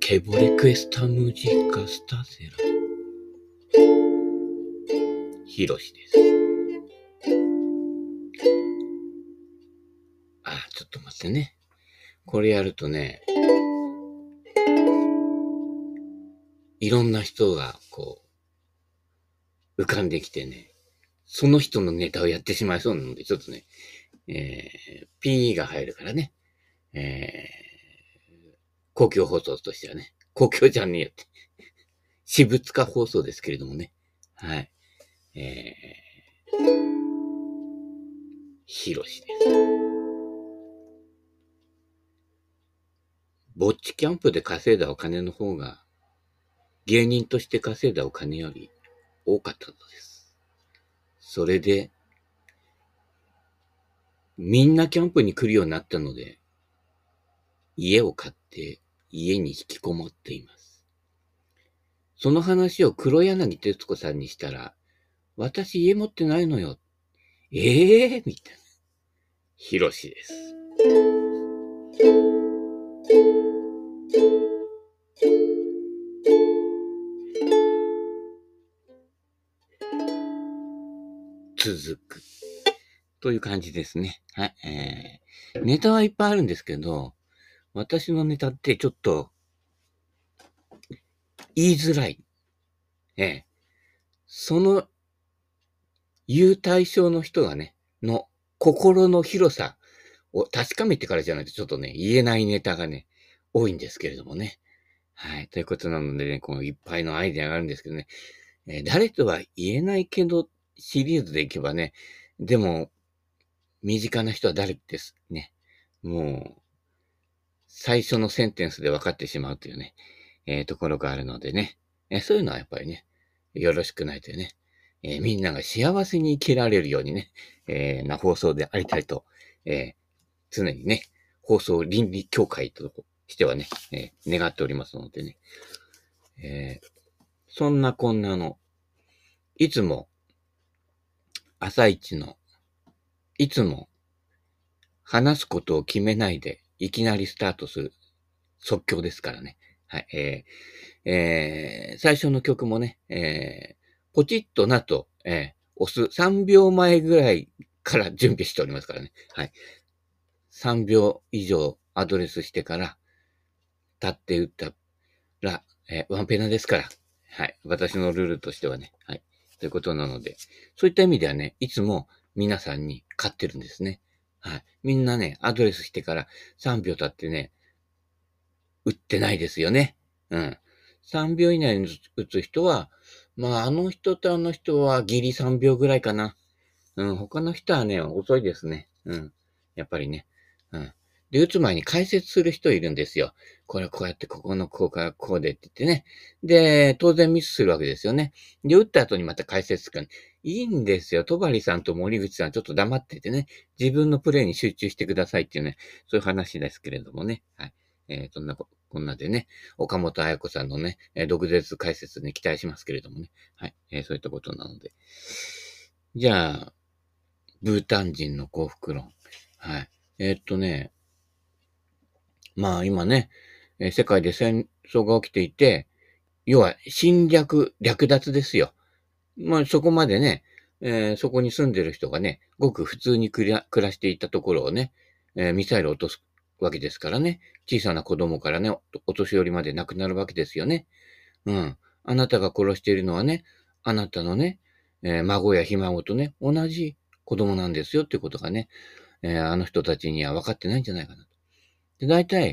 ケボレクエスタムジカスタセラ。ヒロシです。ちょっと待ってね。これやるとね、いろんな人がこう、浮かんできてね、その人のネタをやってしまいそうなので、ちょっとね、P が入るからね、公共放送としてはね、公共じゃねえよって。私物化放送ですけれどもね。はい。ヒロシです。ぼっちキャンプで稼いだお金の方が、芸人として稼いだお金より多かったのです。それで、みんなキャンプに来るようになったので、家を買って家に引きこもっています。その話を黒柳徹子さんにしたら、私家持ってないのよ。みたいな。ヒロシです。続く。という感じですね。はい。ネタはいっぱいあるんですけど、私のネタってちょっと言いづらい。その言う対象の人がね、の心の広さを確かめてからじゃないとちょっとね、言えないネタがね、多いんですけれどもね。はい。ということなのでね、このいっぱいのアイデアがあるんですけどね、誰とは言えないけどシリーズでいけばね、でも、身近な人は誰ですね。もう、最初のセンテンスで分かってしまうというね、ところがあるのでね、そういうのはやっぱりね、よろしくないというね、みんなが幸せに生きられるようにね、な放送でありたいと、常にね、放送倫理協会としてはね、願っておりますのでね、そんなこんなの、いつも、朝一の、いつも、話すことを決めないで、いきなりスタートする即興ですからね。はい。最初の曲もね、ポチッとなと、押す3秒前ぐらいから準備しておりますからね。はい。3秒以上アドレスしてから、立って打ったら、ワンペナですから。はい。私のルールとしてはね。はい。ということなので、そういった意味ではね、いつも皆さんに勝ってるんですね。はい。みんなね、アドレスしてから3秒経ってね、打ってないですよね。うん。3秒以内に打つ人は、あの人とあの人はギリ3秒ぐらいかな。うん。他の人はね、遅いですね。うん。やっぱりね。うん。で、打つ前に解説する人いるんですよ。これこうやってここのこうからこうでって言ってね。で、当然ミスするわけですよね。で、打った後にまた解説する。いいんですよ。戸張さんと森口さんちょっと黙っててね。自分のプレイに集中してくださいっていうね。そういう話ですけれどもね。はい。そんなこんなでね。岡本彩子さんのね、毒舌解説に期待しますけれどもね。はい。そういったことなので。じゃあ、ブータン人の幸福論。はい。今ね、世界で戦争が起きていて、要は侵略、略奪ですよ。そこまでね、そこに住んでる人がね、ごく普通に暮らしていたところをね、ミサイルを落とすわけですからね。小さな子供からね、お年寄りまで亡くなるわけですよね。うん。あなたが殺しているのはね、あなたのね、孫やひ孫とね、同じ子供なんですよっていうことがね、あの人たちには分かってないんじゃないかなと。で、大体、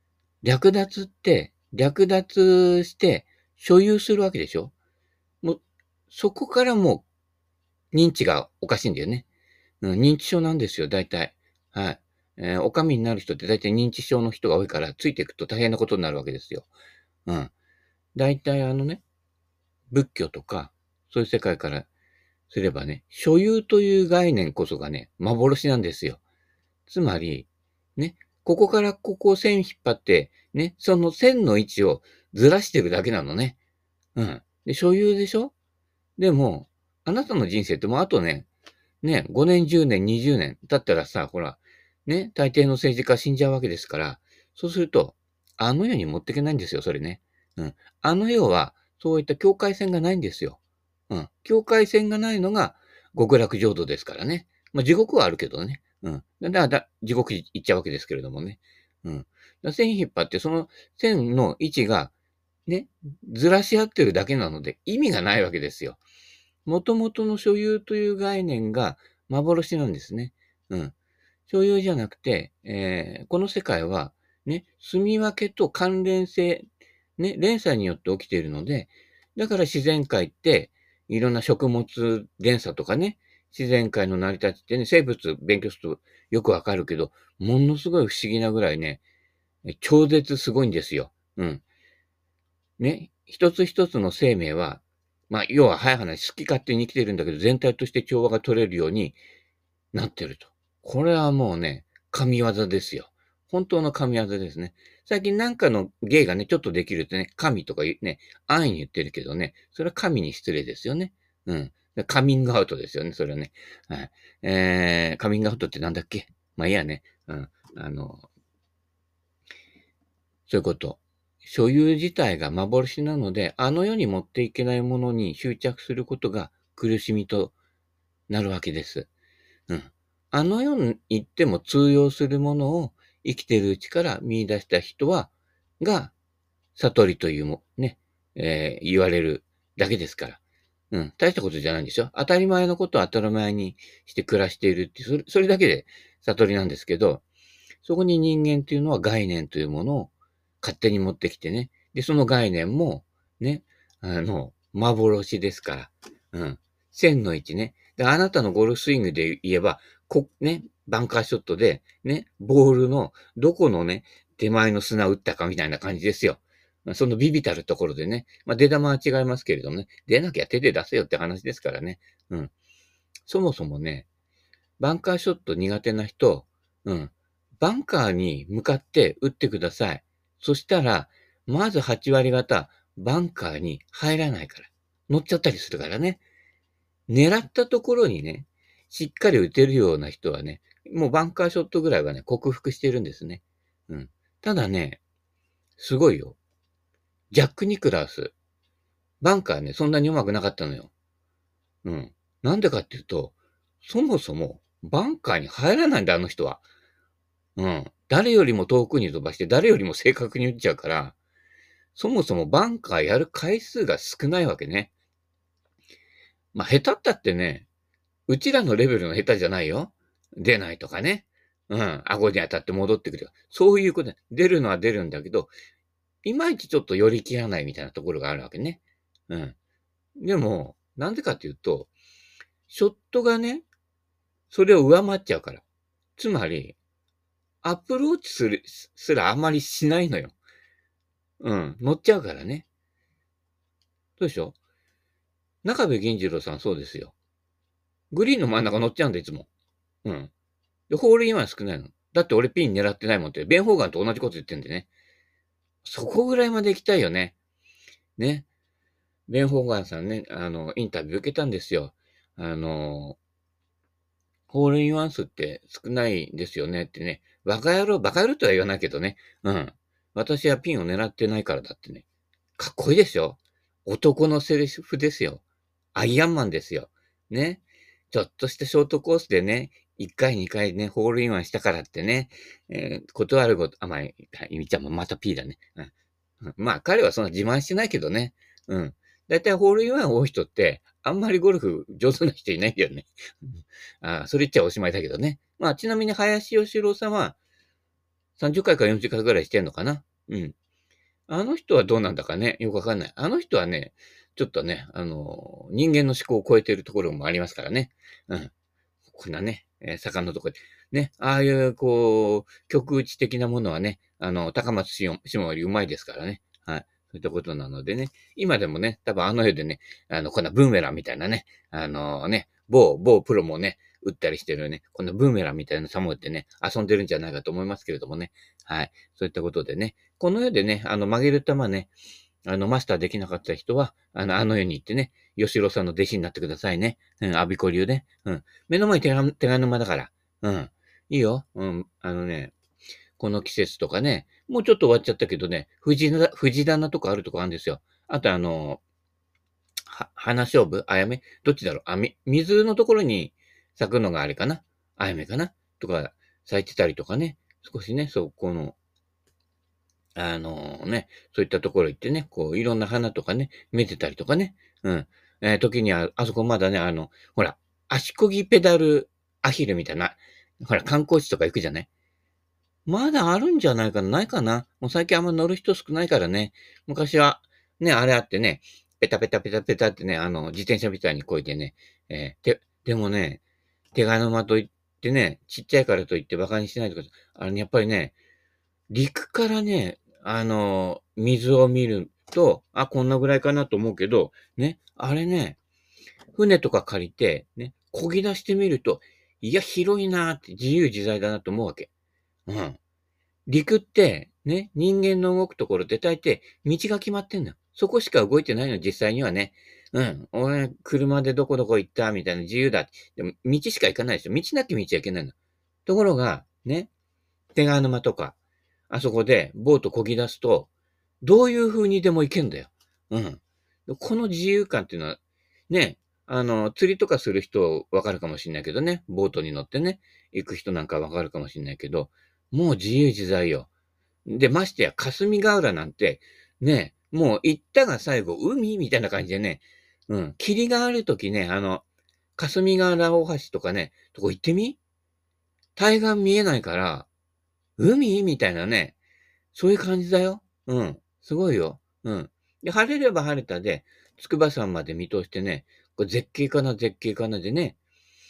略奪して、所有するわけでしょ。もう、そこからもう、認知がおかしいんだよね。うん、認知症なんですよ、大体。はい。お上になる人って大体認知症の人が多いから、ついていくと大変なことになるわけですよ。うん。大体仏教とか、そういう世界からすればね、所有という概念こそがね、幻なんですよ。つまり、ね、ここからここを線引っ張って、ね、その線の位置をずらしてるだけなのね。うん。で、所有でしょ。でも、あなたの人生ってもうあとね、5年、10年、20年経ったらさ、ほら、ね、大抵の政治家死んじゃうわけですから、そうすると、 あの世に持っていけないんですよ、それね。うん。あの世は、そういった境界線がないんですよ。うん。境界線がないのが極楽浄土ですからね。まあ、地獄はあるけどね。うん。地獄行っちゃうわけですけれどもね。うん。線引っ張って、その線の位置が、ね、ずらし合ってるだけなので意味がないわけですよ。元々の所有という概念が幻なんですね。うん。所有じゃなくて、この世界は、ね、住み分けと関連性、ね、連鎖によって起きているので、だから自然界って、いろんな食物連鎖とかね、自然界の成り立ちってね、生物勉強するとよくわかるけど、ものすごい不思議なぐらいね、超絶すごいんですよ。うん。ね、一つ一つの生命は、まあ、要は早い話、好き勝手に生きてるんだけど、全体として調和が取れるようになってると。これはもうね、神業ですよ。本当の神業ですね。最近なんかの芸がね、ちょっとできるってね、神とかね、安易に言ってるけどね、それは神に失礼ですよね。うん。カミングアウトですよね、それはね。はい。カミングアウトってなんだっけ。まあいいやね。うん。そういうこと。所有自体が幻なので、あの世に持っていけないものに執着することが苦しみとなるわけです。うん。あの世に行っても通用するものを生きているうちから見出した人が、悟りというね、言われるだけですから。うん。大したことじゃないんですよ。当たり前のことを当たり前にして暮らしているっていう、それだけで悟りなんですけど、そこに人間というのは概念というものを勝手に持ってきてね。で、その概念も、ね、幻ですから。うん。線の位置ね。で、あなたのゴルフスイングで言えば、バンカーショットで、ね、ボールのどこのね、手前の砂を打ったかみたいな感じですよ。そのビビたるところでね。まあ、出玉は違いますけれどもね。出なきゃ手で出せよって話ですからね。うん。そもそもね、バンカーショット苦手な人、うん。バンカーに向かって打ってください。そしたら、まず8割方、バンカーに入らないから。乗っちゃったりするからね。狙ったところにね、しっかり打てるような人はね、もうバンカーショットぐらいはね、克服してるんですね。うん。ただね、すごいよ。ジャック・ニクラウス。バンカーね、そんなに上手くなかったのよ。うん。なんでかっていうと、そもそもバンカーに入らないんだ、あの人は。うん。誰よりも遠くに飛ばして、誰よりも正確に打っちゃうから、そもそもバンカーやる回数が少ないわけね。まあ、下手ったってね、うちらのレベルの下手じゃないよ。出ないとかね。うん。顎に当たって戻ってくる。そういうこと。出るのは出るんだけど、いまいちちょっと寄り切らないみたいなところがあるわけね。うん。でも、なんでかっていうと、ショットがね、それを上回っちゃうから。つまり、アプローチすらあんまりしないのよ。うん。乗っちゃうからね。そうでしょ。中部銀次郎さんそうですよ。グリーンの真ん中乗っちゃうんだ、いつも。うん。で、ホールインワン少ないの。だって俺ピン狙ってないもんって、ベン・ホーガンと同じこと言ってんでね。そこぐらいまで行きたいよね。ね。ベン・ホーガンさんね、インタビュー受けたんですよ。ホールインワン数って少ないんですよねってね。バカ野郎とは言わないけどね。うん。私はピンを狙ってないからだってね。かっこいいでしょ。男のセリフですよ。アイアンマンですよ。ね。ちょっとしたショートコースでね、1回2回ね、ホールインワンしたからってね、断ること、まあ、みちゃんもまた P だね。うん。まあ、彼はそんな自慢してないけどね。うん。だいたいホールインワン多い人って、あんまりゴルフ上手な人いないんだよね。それ言っちゃおしまいだけどね。まあ、ちなみに林義郎さんは30回か40回ぐらいしてんのかな。うん。あの人はどうなんだかね、よくわかんない。あの人はね、ちょっとね、人間の思考を超えているところもありますからね。うん。こんなね、盛んなところで。ね、ああいう、こう、極打ち的なものはね、高松市もよりうまいですからね。はい。そういったことなのでね、今でもね、多分あの世でね、こんなブーメランみたいなね、某プロもね、打ったりしてるね、こんなブーメランみたいな球ってね、遊んでるんじゃないかと思いますけれどもね。はい。そういったことでね、この世でね、曲げる球ね、マスターできなかった人は、あの世に行ってね、吉郎さんの弟子になってくださいね。うん、アビコ流ね。うん。目の前手賀沼だから。うん。いいよ。うん。 この季節とかね、もうちょっと終わっちゃったけどね、藤棚とかあるとこあるんですよ。あと花菖蒲あやめどっちだろう水のところに咲くのがあれかなあやめかなとか咲いてたりとかね、少しね、そう、そういったところ行ってね、こう、いろんな花とかね、見てたりとかね。うん。時には、あそこまだね、ほら、足漕ぎペダルアヒルみたいな、ほら、観光地とか行くじゃないまだあるんじゃないかなないかなもう最近あんま乗る人少ないからね。昔は、ね、あれあってね、ペタペタペタペタってね、自転車みたいにこいでね、でもね、手賀沼といってね、ちっちゃいからといって馬鹿にしないとか、やっぱりね、陸からね、水を見ると、あ、こんなぐらいかなと思うけど、ね、あれね、船とか借りて、ね、漕ぎ出してみると、いや、広いなーって自由自在だなと思うわけ。うん。陸って、ね、人間の動くところって大抵道が決まってんのよ。そこしか動いてないの、実際にはね。うん。俺、車でどこどこ行った、みたいな自由だ。でも、道しか行かないでしょ。道なき道は行けないの。ところが、ね、手賀沼とか、あそこでボート漕ぎ出すと、どういう風にでも行けんだよ。うん。この自由感っていうのは、ね、釣りとかする人わかるかもしれないけどね、ボートに乗ってね、行く人なんかわかるかもしれないけど、もう自由自在よ。で、ましてや、霞ヶ浦なんて、ね、もう行ったが最後、海みたいな感じでね、うん、霧があるときね、霞ヶ浦大橋とかね、とこ行ってみ対岸見えないから、海みたいなね、そういう感じだよ。うん。すごいよ。うん。で、晴れれば晴れたで、筑波山まで見通してね、これ絶景かな、絶景かなでね、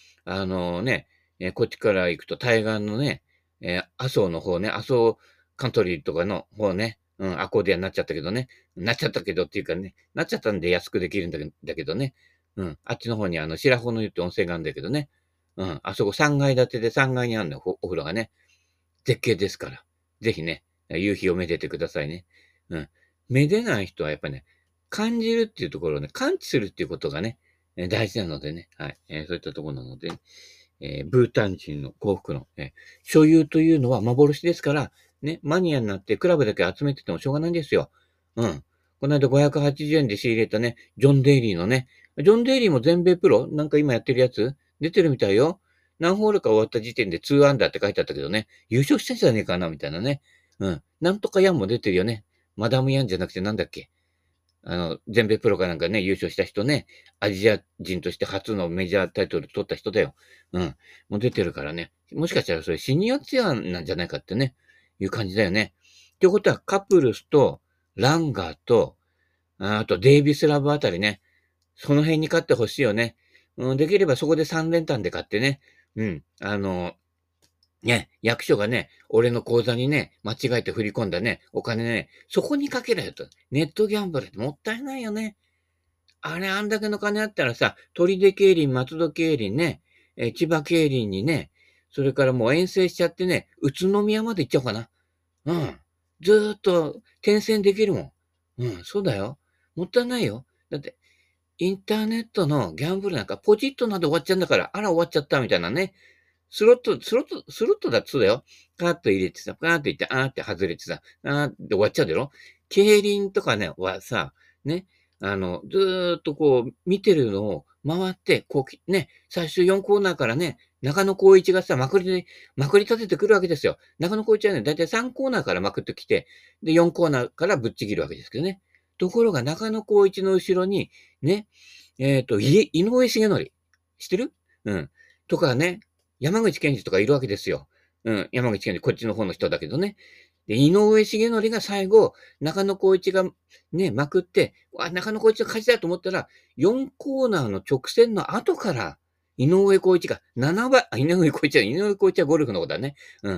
こっちから行くと対岸のね、麻生の方ね、麻生カントリーとかの方ね、うん、アコーディアになっちゃったけどね、なっちゃったけどっていうかね、なっちゃったんで安くできるんだけどね、うん、あっちの方に白穂の湯って温泉があるんだけどね、うん、あそこ3階建てで3階にあるんだよ、お風呂がね。絶景ですから。ぜひね、夕日をめでてくださいね。うん。めでない人はやっぱね、感じるっていうところをね、感知するっていうことがね、大事なのでね、はい。そういったところなので、ブータン人の幸福の、所有というのは幻ですから、ね、マニアになってクラブだけ集めててもしょうがないんですよ。うん。この間580円で仕入れたね、ジョン・デイリーのね、ジョン・デイリーも全米プロなんか今やってるやつ出てるみたいよ。何ホールか終わった時点で2アンダーって書いてあったけどね、優勝したんじゃねえかなみたいなね。うん。なんとかヤンも出てるよね。マダムヤンじゃなくてなんだっけ。全米プロかなんかね、優勝した人ね、アジア人として初のメジャータイトル取った人だよ。うん。もう出てるからね。もしかしたらそれシニアツアーなんじゃないかってね、いう感じだよね。ってことはカプルスとランガーと、あとデイビスラブあたりね、その辺に勝ってほしいよね。うん、できればそこで3連単で勝ってね、うん、ね、役所がね、俺の口座にね、間違えて振り込んだね、お金ね、そこにかけろよと。ネットギャンブルってもったいないよね。あれ、あんだけの金あったらさ、取手競輪、松戸競輪ね、千葉競輪にね、それからもう遠征しちゃってね、宇都宮まで行っちゃおうかな。うん。ずーっと転戦できるもん。うん、そうだよ。もったいないよ。だって、インターネットのギャンブルなんかポチッとなんで終わっちゃうんだから、あら終わっちゃったみたいなね。スロットだってそうだよ。カーッと入れてさ、カーッといって、あーって外れてさ、あーって終わっちゃうだろ競輪とかね、はさ、ね、ずーっとこう、見てるのを回って、こう、ね、最終4コーナーからね、中野光一がさ、まくり立ててくるわけですよ。中野光一はね、だいたい3コーナーからまくってきて、で、4コーナーからぶっちぎるわけですけどね。ところが中野光一の後ろに、ね、井上重則。知ってるうん。とかね、山口健二とかいるわけですよ。うん、山口健二、こっちの方の人だけどね。で、井上重則が最後、中野光一がね、まくって、中野光一の勝ちだと思ったら、4コーナーの直線の後から、井上光一が7番、井上光一はゴルフのことだね。うん。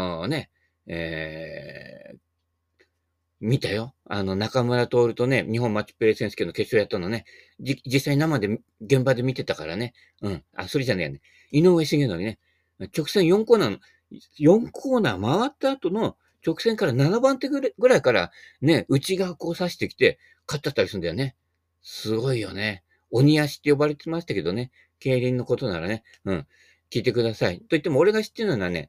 えー、見たよ。中村徹とね、日本マッチプレイ選手権の決勝やったのね。実際生で、現場で見てたからね。うん。それじゃねえやね。井上重則ね。直線4コーナー回った後の直線から7番手ぐらいから、ね、内側こう刺してきて、勝っちゃったりするんだよね。すごいよね。鬼足って呼ばれてましたけどね。競輪のことならね。うん。聞いてください。と言っても、俺が知ってるのはね、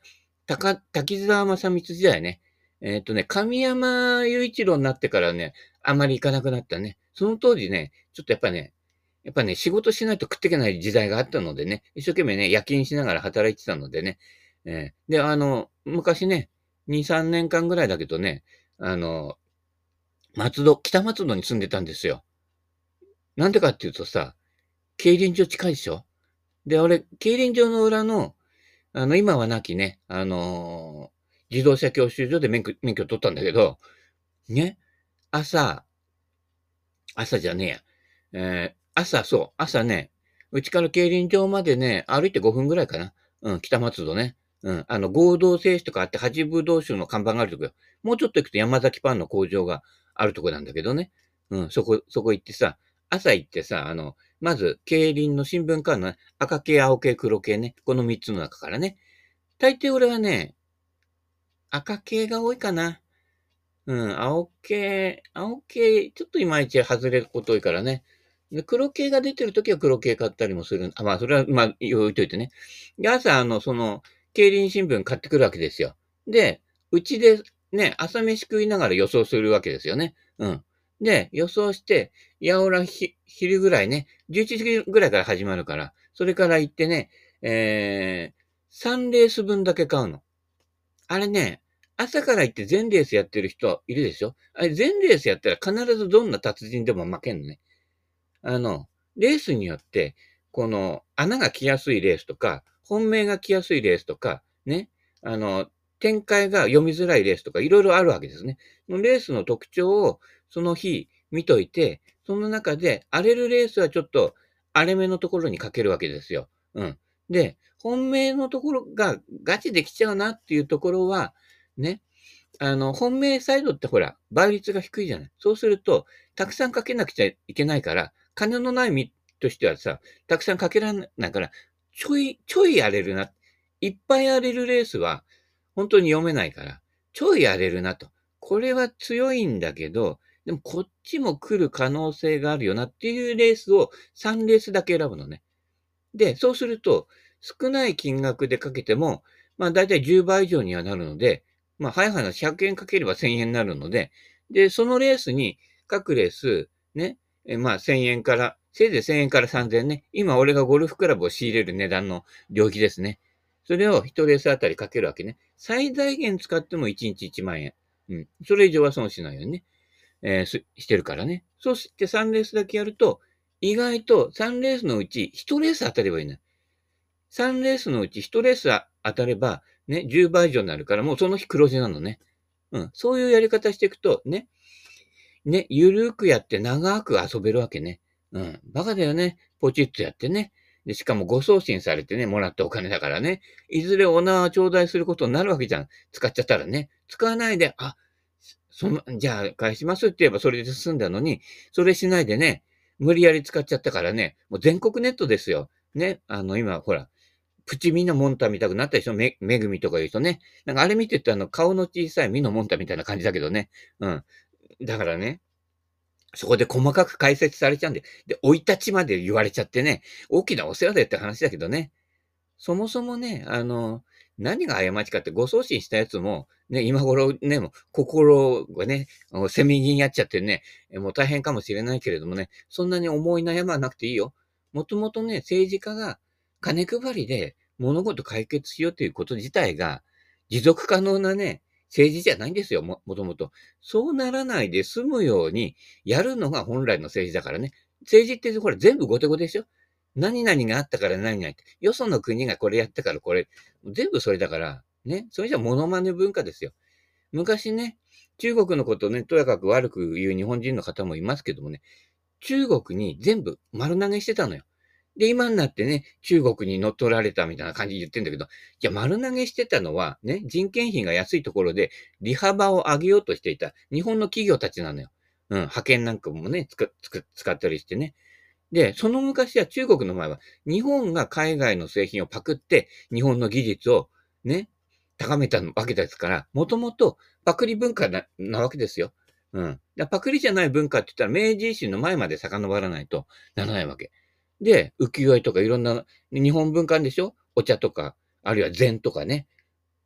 滝沢正光時代ね。神山雄一郎になってからね、あまり行かなくなったね。その当時ね、ちょっとやっぱね、仕事しないと食っていけない時代があったのでね、一生懸命ね、夜勤しながら働いてたのでね。で、昔ね、2、3年間ぐらいだけどね、あの、北松戸に住んでたんですよ。なんでかっていうとさ、競輪場近いでしょ。で、俺、競輪場の裏の、今はなきね、自動車教習所で免許取ったんだけど、ね、朝、朝じゃねえや。朝ね、うちから競輪場までね、歩いて5分ぐらいかな。うん、北松戸ね。うん、合同製紙とかあって、八分道州の看板があるとこよ。もうちょっと行くと山崎パンの工場があるとこなんだけどね。うん、そこ行ってさ、朝行ってさ、まず、競輪の新聞買うのね、赤系、青系、黒系ね。この3つの中からね。大抵俺はね、赤系が多いかな。うん、青系、ちょっといまいち外れること多いからね。で、黒系が出てるときは黒系買ったりもする。まあ、それは、まあ、置いといてね。で、朝、競輪新聞買ってくるわけですよ。で、うちで、ね、朝飯食いながら予想するわけですよね。うん。で、予想して、昼ぐらいね、11時ぐらいから始まるから、それから行ってね、3レース分だけ買うの。あれね、朝から行って全レースやってる人いるでしょ。あれ全レースやったら必ずどんな達人でも負けんのね。あの、レースによって、この穴が来やすいレースとか、本命が来やすいレースとか、ね、あの、展開が読みづらいレースとかいろいろあるわけですね。レースの特徴をその日見といて、その中で荒れるレースはちょっと荒れ目のところにかけるわけですよ。うん。で、本命のところがガチで来ちゃうなっていうところは、ね、本命サイドってほら、倍率が低いじゃない。そうすると、たくさんかけなくちゃいけないから、金のない身としてはさ、たくさんかけられないから、ちょい荒れるな。いっぱい荒れるレースは、本当に読めないから、ちょい荒れるなと。これは強いんだけど、でもこっちも来る可能性があるよなっていうレースを3レースだけ選ぶのね。で、そうすると、少ない金額でかけても、まあ、だいたい10倍以上にはなるので、まあ、早い話100円かければ1000円になるので、で、そのレースに、各レース、ね、まあ、1000円から、せいぜい1000円から3000円ね。今、俺がゴルフクラブを仕入れる値段の領域ですね。それを1レースあたりかけるわけね。最大限使っても1日1万円。うん。それ以上は損しないようにね。してるからね。そして3レースだけやると、意外と3レースのうち1レース当たればいいのよ。3レースのうち1レース当たれば、ね、10倍以上になるから、もうその日黒字なのね。うん。そういうやり方していくと、ゆるーくやって長く遊べるわけね。うん。バカだよね。ポチッとやってね。で、しかもご送信されてね、もらったお金だからね。いずれお縄頂戴することになるわけじゃん。使っちゃったらね。使わないで、じゃあ返しますって言えばそれで済んだのに、それしないでね、無理やり使っちゃったからね、もう全国ネットですよ。ね、今、ほら、プチミノモンタみたくなったでしょめぐみとかいう人ね。なんかあれ見てると顔の小さいミノモンタみたいな感じだけどね。うん。だからね、そこで細かく解説されちゃうんで、で、生い立ちまで言われちゃってね、大きなお世話だよって話だけどね。そもそもね、何が過ちかってご送信したやつも、ね、今頃ね、もう心がね、せめぎにやっちゃってね、もう大変かもしれないけれどもね、そんなに思い悩まなくていいよ。もともとね、政治家が金配りで物事解決しようということ自体が、持続可能なね、政治じゃないんですよ、もともと。そうならないで済むようにやるのが本来の政治だからね。政治ってほら全部後手後手でしょ。何々があったから何々って。よその国がこれやったからこれ。全部それだから、ね。それじゃモノマネ文化ですよ。昔ね、中国のことをね、とやかく悪く言う日本人の方もいますけどもね、中国に全部丸投げしてたのよ。で、今になってね、中国に乗っ取られたみたいな感じで言ってんだけど、じゃあ丸投げしてたのは、ね、人件費が安いところで、利幅を上げようとしていた日本の企業たちなのよ。うん、派遣なんかもね、使ったりしてね。で、その昔は中国の前は、日本が海外の製品をパクって、日本の技術をね、高めたわけですから、もともとパクリ文化なわけですよ。うん。パクリじゃない文化って言ったら、明治維新の前まで遡らないとならないわけ。で、浮世絵とかいろんな日本文化でしょ。お茶とか、あるいは禅とかね。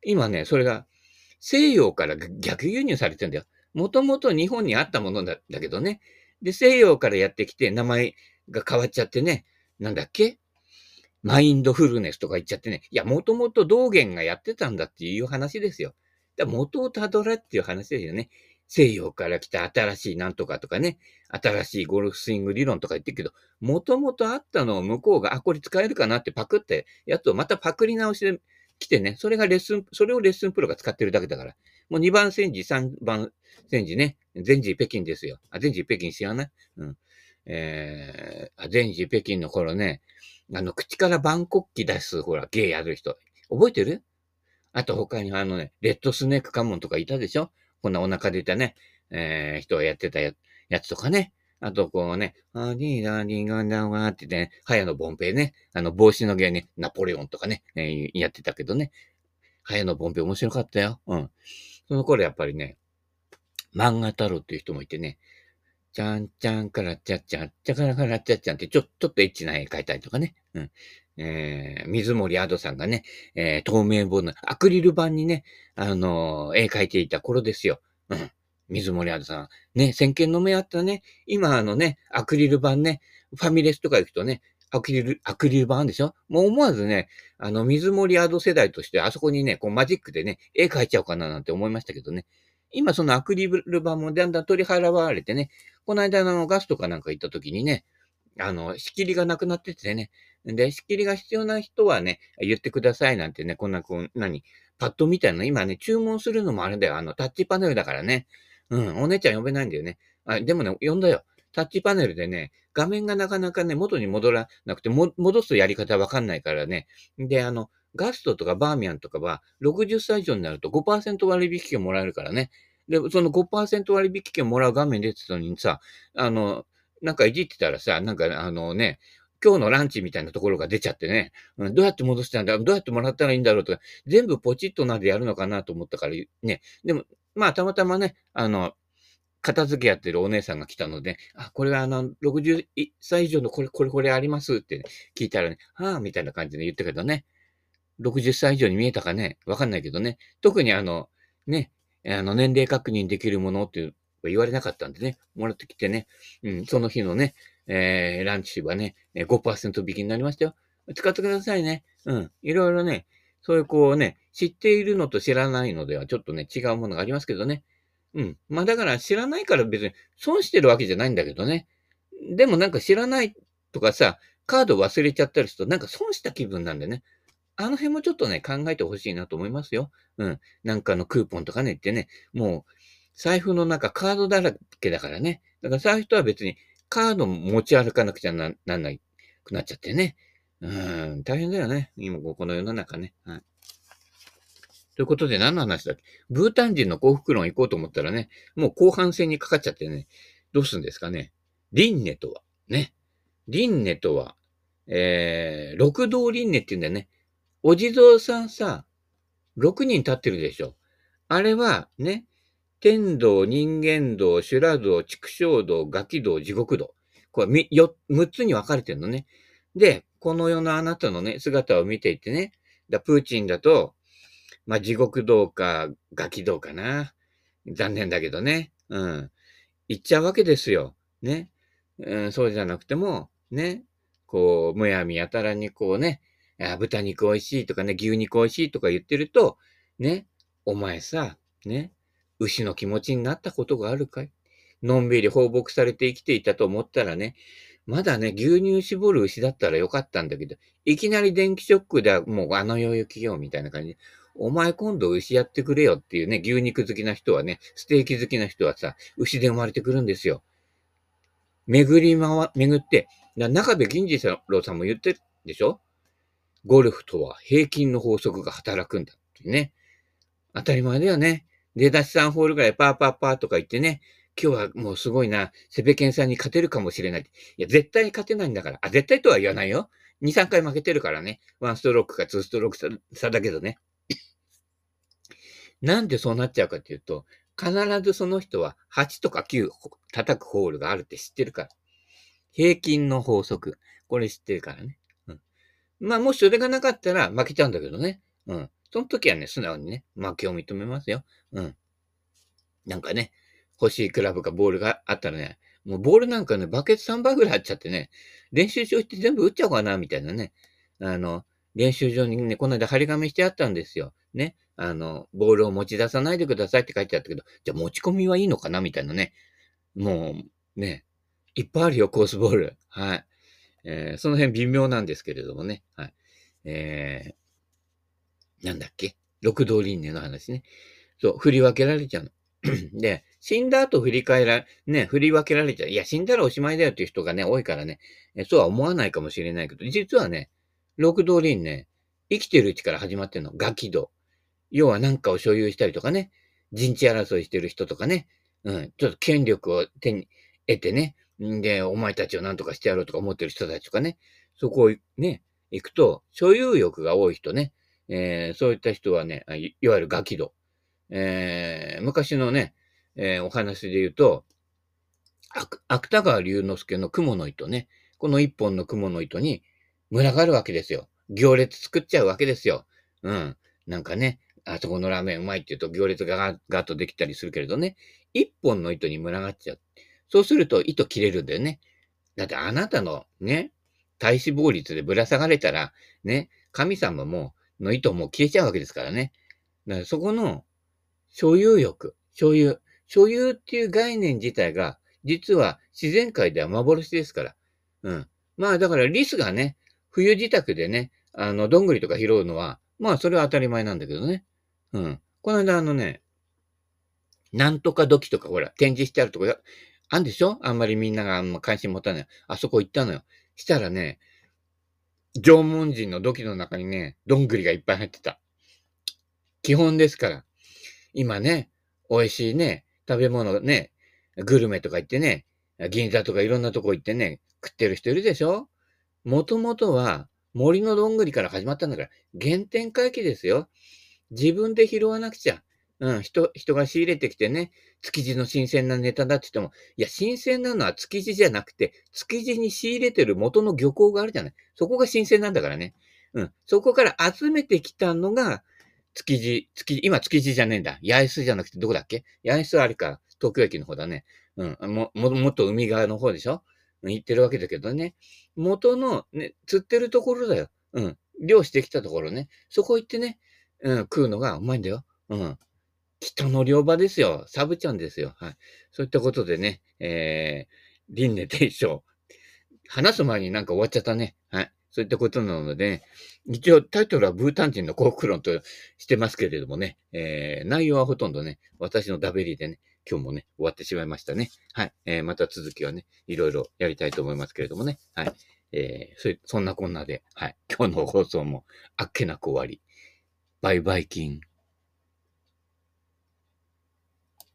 今ね、それが西洋から逆輸入されてんだよ。もともと日本にあったものだけどね。で、西洋からやってきて名前が変わっちゃってね。なんだっけマインドフルネスとか言っちゃってね。いや、もともと道元がやってたんだっていう話ですよ。だから元をたどれっていう話ですよね。西洋から来た新しいなんとかとかね。新しいゴルフスイング理論とか言ってるけど、もともとあったのを向こうが、あ、これ使えるかなってパクってやつをまたパクり直しで来てね。それをレッスンプロが使ってるだけだから。もう2番煎じ、3番煎じね。全治北京ですよ。あ、全治北京知らないうん。全治北京の頃ね、口から万国旗出す、ほら、芸やる人。覚えてるあと他にレッドスネークカモンとかいたでしょこんなお腹出たね、人がやってたやつとかね。あと、こうね、あディーダーディーガンダンワーってね、早野ボンペイね、帽子の芸ね、ナポレオンとかね、やってたけどね。早野ボンペイ面白かったよ。うん。その頃やっぱりね、漫画太郎っていう人もいてね、ちゃんちゃんからちゃっちゃん、ちゃからからちゃっちゃんってちょっとエッチな絵描いたりとかね。うん。水森アドさんがね、透明本のアクリル板にね、絵描いていた頃ですよ。うん。水森アドさん。ね、先見の目あったね。今アクリル板ね、ファミレスとか行くとね、アクリル板あるんでしょもう思わずね、水森アド世代としてあそこにね、こうマジックでね、絵描いちゃおうかななんて思いましたけどね。今そのアクリル板もだんだん取り払われてね、この間ガスとかなんか行った時にね、仕切りがなくなっててね。で、仕切りが必要な人はね、言ってくださいなんてね、こんな、パッドみたいな、今ね、注文するのもあれだよ。タッチパネルだからね。うん、お姉ちゃん呼べないんだよね。あ、でもね、呼んだよ。タッチパネルでね、画面がなかなかね、元に戻らなくて、戻すやり方わかんないからね。で、ガストとかバーミヤンとかは、60歳以上になると5%割引券もらえるからね。で、その5%割引券もらう画面出てたのにさ、なんかいじってたらさ、なんか今日のランチみたいなところが出ちゃってね、どうやって戻したんだどうやってもらったらいいんだろうとか、全部ポチッとなでやるのかなと思ったからね。でも、まあ、たまたまね、片付けやってるお姉さんが来たので、あ、これは60歳以上のこれありますって、ね、聞いたらね、はぁ、みたいな感じで言ったけどね。60歳以上に見えたかねわかんないけどね。特にね、年齢確認できるものって言われなかったんでね、もらってきてね、うん、その日のね、ランチはね、5%引きになりましたよ。使ってくださいね。うん。いろいろね、そういうこうね、知っているのと知らないのではちょっとね、違うものがありますけどね。うん。まあだから知らないから別に損してるわけじゃないんだけどね。でもなんか知らないとかさ、カード忘れちゃったりするとなんか損した気分なんでね。あの辺もちょっとね、考えてほしいなと思いますよ。うん。なんかのクーポンとかね、言ってね、もう、財布の中カードだらけだからね。だからそういう人は別にカード持ち歩かなくちゃなんないくなっちゃってね。大変だよね。今、この世の中ね。はい。ということで何の話だっけブータン人の幸福論行こうと思ったらね、もう後半戦にかかっちゃってね、どうするんですかね。輪廻とは、ね。輪廻とは、六道輪廻って言うんだよね。お地蔵さんさ、6人立ってるでしょ。あれは、ね、天道、人間道、修羅道、畜生道、ガキ道、地獄道。これ、6つに分かれてるのね。で、この世のあなたのね、姿を見ていてね、プーチンだと、まあ、地獄道か、ガキ道かな。残念だけどね。うん。言っちゃうわけですよ。ね。うん、そうじゃなくても、ね。こう、むやみやたらにこうね、豚肉美味しいとかね、牛肉美味しいとか言ってると、ね。お前さ、ね。牛の気持ちになったことがあるかいのんびり放牧されて生きていたと思ったらね、まだね、牛乳絞る牛だったらよかったんだけど、いきなり電気ショックでもう余裕企業みたいな感じで、お前今度牛やってくれよっていうね、牛肉好きな人はね、ステーキ好きな人はさ、牛で生まれてくるんですよ。巡って、中部銀次郎さんも言ってるでしょゴルフとは平均の法則が働くんだってね。当たり前だよね。出だし3ホールぐらいパーパーパーとか言ってね、今日はもうすごいな、セベケンさんに勝てるかもしれない。いや、絶対勝てないんだから。あ、絶対とは言わないよ。2、3回負けてるからね。1ストロークか2ストローク差だけどね。なんでそうなっちゃうかっていうと、必ずその人は8とか9叩くホールがあるって知ってるから。平均の法則。これ知ってるからね。うん。まあ、もしそれがなかったら負けちゃうんだけどね。うん。 その時はね、素直にね、負けを認めますよ。うん。なんかね、欲しいクラブかボールがあったらね、もうボールなんかね、バケツ3杯ぐらいあっちゃってね、練習場行って全部打っちゃおうかな、みたいなね。練習場にね、この間張り紙してあったんですよ。ね。ボールを持ち出さないでくださいって書いてあったけど、じゃあ持ち込みはいいのかなみたいなね。もう、ね、いっぱいあるよ、コースボール。はい。その辺微妙なんですけれどもね。はい。なんだっけ六道輪廻の話ね。そう、振り分けられちゃうの。で、死んだ後振り分けられちゃう。いや、死んだらおしまいだよっていう人がね、多いからね、そうは思わないかもしれないけど、実はね、六道輪ね、生きてるうちから始まってるの。ガキ道。要は何かを所有したりとかね、陣地争いしてる人とかね、ちょっと権力を手に得てね、で、お前たちを何とかしてやろうとか思ってる人たちとかね、そこをね、行くと、所有欲が多い人ね、そういった人はね、いわゆるガキ道。昔のね、お話で言うと、芥川龍之介の雲の糸ね、この一本の雲の糸に群がるわけですよ。行列作っちゃうわけですよ。うん。なんかね、あそこのラーメンうまいって言うと行列がガーッとできたりするけれどね、一本の糸に群がっちゃう。そうすると糸切れるんだよね。だってあなたのね、体脂肪率でぶら下がれたら、ね、神様の糸も消えちゃうわけですからね。だからそこの所有欲、所有っていう概念自体が、実は自然界では幻ですから。うん。まあだからリスがね、冬支度でね、どんぐりとか拾うのは、まあそれは当たり前なんだけどね。うん。この間なんとか土器とかほら、展示してあるとこあんでしょあんまりみんながあんま関心持たない。あそこ行ったのよ。したらね、縄文人の土器の中にね、どんぐりがいっぱい入ってた。基本ですから。今ね、美味しいね、食べ物ね、グルメとか行ってね、銀座とかいろんなとこ行ってね、食ってる人いるでしょ。もともとは森のどんぐりから始まったんだから、原点回帰ですよ。自分で拾わなくちゃ。人が仕入れてきてね、築地の新鮮なネタだって言っても、いや、新鮮なのは築地じゃなくて、築地に仕入れてる元の漁港があるじゃない。そこが新鮮なんだからね。そこから集めてきたのが、今築地じゃねえんだ。八重洲じゃなくてどこだっけ。八重洲はあれか、東京駅の方だね。もっと海側の方でしょ。行ってるわけだけどね。元の、ね、釣ってるところだよ。漁してきたところね。そこ行ってね、食うのがうまいんだよ。人の漁場ですよ。サブちゃんですよ。はい。そういったことでね、輪廻転生。話す前になんか終わっちゃったね。はい。そういったことなので、一応タイトルはブータン人の幸福論としてますけれどもね、内容はほとんどね、私のダベリでね、今日もね、終わってしまいましたね。はい。また続きはね、いろいろやりたいと思いますけれどもね。はい。そんなこんなで、はい。今日の放送もあっけなく終わり。バイバイキン。